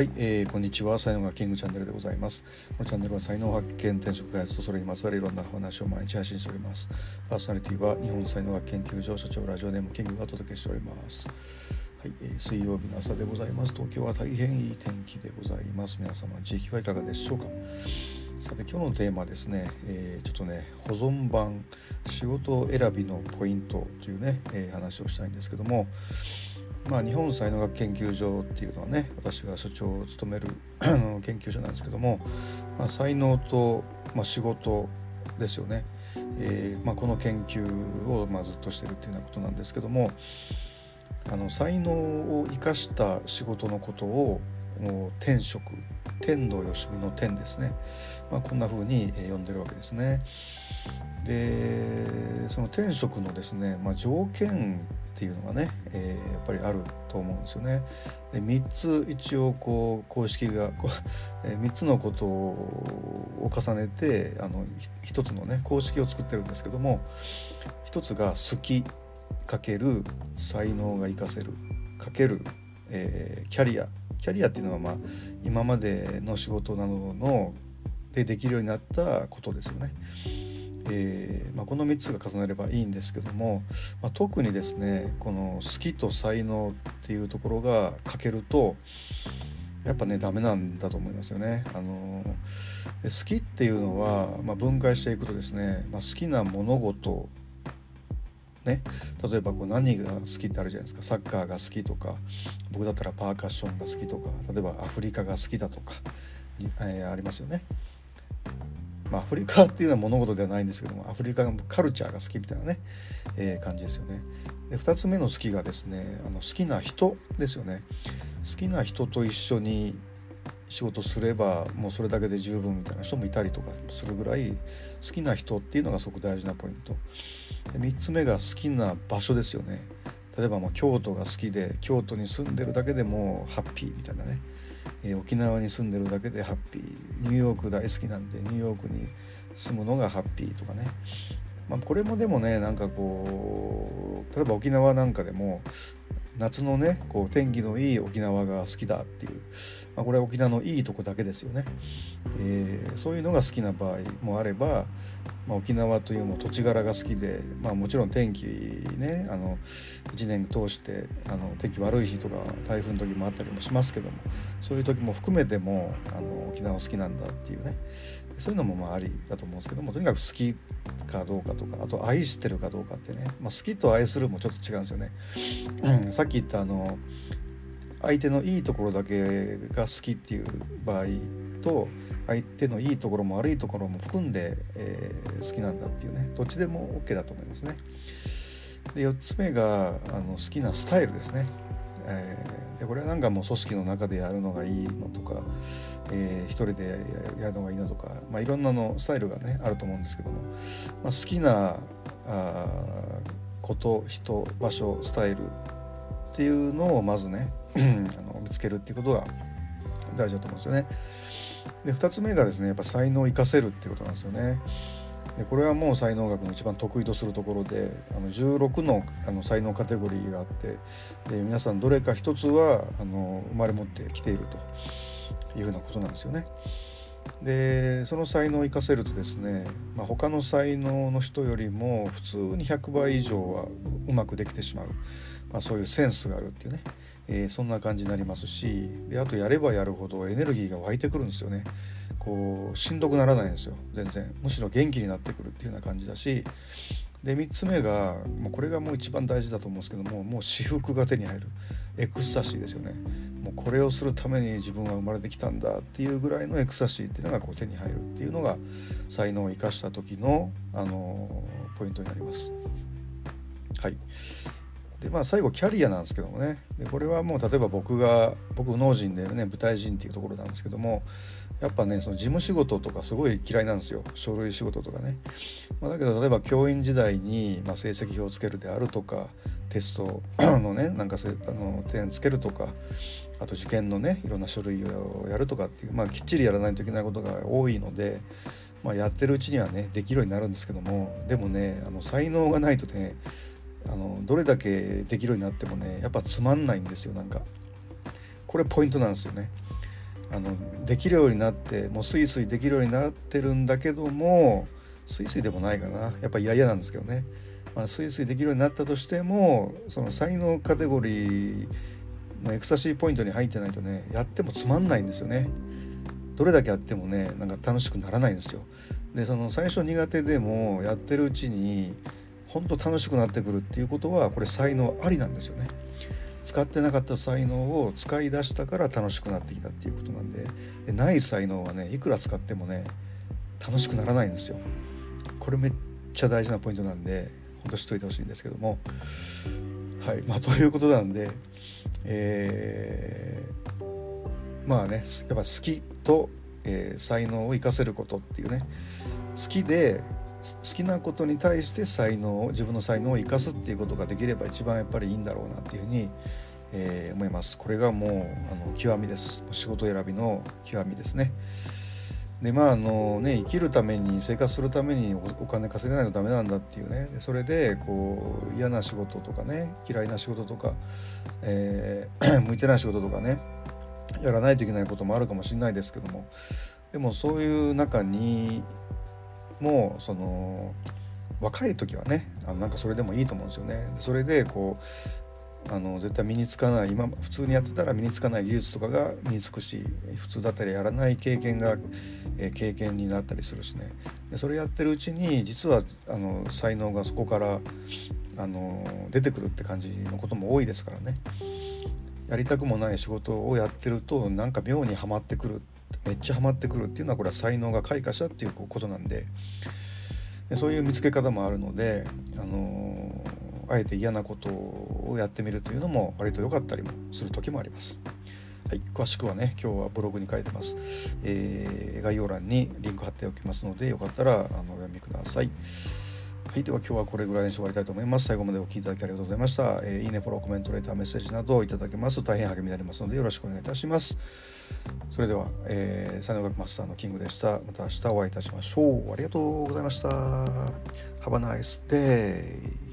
はい、こんにちは。才能学キングチャンネルでございます。このチャンネルは才能発見、転職開発とそれにまつわるいろんなお話を毎日配信しております。パーソナリティは日本才能学研究所所長ラジオネームキングがお届けしております。はい、水曜日の朝でございます。東京は大変いい天気でございます。皆様地域はいかがでしょうか。さて今日のテーマですね、ちょっとね保存版仕事選びのポイントというね、話をしたいんですけども、日本才能学研究所っていうのはね、私が所長を務める研究所なんですけども、才能と、仕事ですよね、この研究を、ずっとしてるっていうようなことなんですけども、才能を生かした仕事のことを天職、天童よしみの天ですね、こんな風に呼んでるわけですね。でその天職のですね、条件っていうのがね、やっぱりあると思うんですよね。で3つ一応公式が3つのことを重ねて1つのね公式を作ってるんですけども、1つが好き×才能が活かせる×キャリアっていうのは今までの仕事などのできるようになったことですよね。この3つが重なればいいんですけども、特にですねこの好きと才能っていうところが欠けるとやっぱねダメなんだと思いますよね。好きっていうのは、分解していくとですね、好きな物事ね、例えば何が好きってあるじゃないですか。サッカーが好きとか、僕だったらパーカッションが好きとか、例えばアフリカが好きだとか、ありますよね。アフリカっていうのは物事ではないんですけども、アフリカのカルチャーが好きみたいなね、感じですよね。で2つ目の好きがですね、好きな人ですよね。好きな人と一緒に仕事すればもうそれだけで十分みたいな人もいたりとかするぐらい、好きな人っていうのがすごく大事なポイントで、3つ目が好きな場所ですよね。例えば京都が好きで京都に住んでるだけでもハッピーみたいなね、沖縄に住んでるだけでハッピー、ニューヨーク大好きなんでニューヨークに住むのがハッピーとかね。これもでもね例えば沖縄なんかでも夏のね天気のいい沖縄が好きだっていう、これは沖縄のいいとこだけですよね。そういうのが好きな場合もあれば、沖縄というも土地柄が好きで、もちろん天気ね1年通して天気悪い日とか台風の時もあったりもしますけども、そういう時も含めても沖縄好きなんだっていうね、そういうのもありだと思うんですけども、とにかく好きかどうかとか、あと愛してるかどうかってね、好きと愛するもちょっと違うんですよね。さっき言った相手のいいところだけが好きっていう場合と、相手のいいところも悪いところも含んで、好きなんだっていうね、どっちでも OK だと思いますね。で4つ目が好きなスタイルですね。でこれはもう組織の中でやるのがいいのとか、一人でやるのがいいのとか、いろんなスタイルがねあると思うんですけども、好きなこと、人、場所、スタイルっていうのをまずね見つけるっていうことが大事だと思うんですよね。で2つ目がですね、やっぱ才能を生かせるっていうことなんですよね。でこれはもう才能学の一番得意とするところで、16の才能カテゴリーがあって、で皆さんどれか一つは生まれ持ってきているというふうなことなんですよね。でその才能を生かせるとですね、他の才能の人よりも普通に100倍以上はうまくできてしまう、そういうセンスがあるっていうね、そんな感じになりますし、であとやればやるほどエネルギーが湧いてくるんですよね。しんどくならないんですよ、全然。むしろ元気になってくるっていうような感じだし、で3つ目がこれがもう一番大事だと思うんですけども、もう至福が手に入るエクスタシーですよね。もうこれをするために自分は生まれてきたんだっていうぐらいのエクスタシーっていうのが手に入るっていうのが才能を生かした時の、ポイントになります。はい。で最後キャリアなんですけどもね、でこれはもう例えば僕右脳人でね舞台人っていうところなんですけども、やっぱねその事務仕事とかすごい嫌いなんですよ、書類仕事とかね。だけど例えば教員時代に、成績表をつけるであるとか、テストのね点つけるとか、あと受験のねいろんな書類をやるとかっていう、きっちりやらないといけないことが多いので、やってるうちにはねできるようになるんですけども、でもね才能がないとねどれだけできるようになってもねやっぱつまんないんですよ。これポイントなんですよね。 できるようになって、もうスイスイできるようになってるんだけども、スイスイでもないかな、やっぱり嫌なんですけどね。スイスイできるようになったとしても、その才能カテゴリーのエクサシーポイントに入ってないとね、やってもつまんないんですよね。どれだけやってもね、なんか楽しくならないんですよ。で、その最初苦手でもやってるうちに本当楽しくなってくるっていうことは、これ才能ありなんですよね。使ってなかった才能を使い出したから楽しくなってきたっていうことなんで、ない才能はね、いくら使ってもね楽しくならないんですよ。これめっちゃ大事なポイントなんで、ほんと知っといてほしいんですけども、はい、ということなんで、まあね、やっぱ好きと、才能を生かせることっていうね、好きなことに対して自分の才能を生かすっていうことができれば一番やっぱりいいんだろうなっていうふうに、思います。これがもう極みです。仕事選びの極みですね。で生きるために、生活するためにお金稼げないとダメなんだっていうね、それで嫌な仕事とかね、嫌いな仕事とか、向いてない仕事とかね、やらないといけないこともあるかもしれないですけども、でもそういう中にも若い時はね、なんかそれでもいいと思うんですよね。それで絶対身につかない、今普通にやってたら身につかない技術とかが身につくし、普通だったらやらない経験が、経験になったりするしね。でそれやってるうちに実は才能がそこから出てくるって感じのことも多いですからね。やりたくもない仕事をやってるとなんか妙にはまってくる、めっちゃハマってくるっていうのは、これは才能が開花したっていうことなんで、そういう見つけ方もあるので、あえて嫌なことをやってみるというのも割と良かったりもする時もあります。はい、詳しくはね、今日はブログに書いてます。概要欄にリンク貼っておきますので、よかったらお読みください。はい、では今日はこれぐらいにして終わりたいと思います。最後までお聞きいただきありがとうございました。いいね、フォロー、コメント、レター、メッセージなどいただけますと大変励みになりますのでよろしくお願いいたします。それでは、才能学マスターのキングでした。また明日お会いいたしましょう。ありがとうございました。Have a nice day.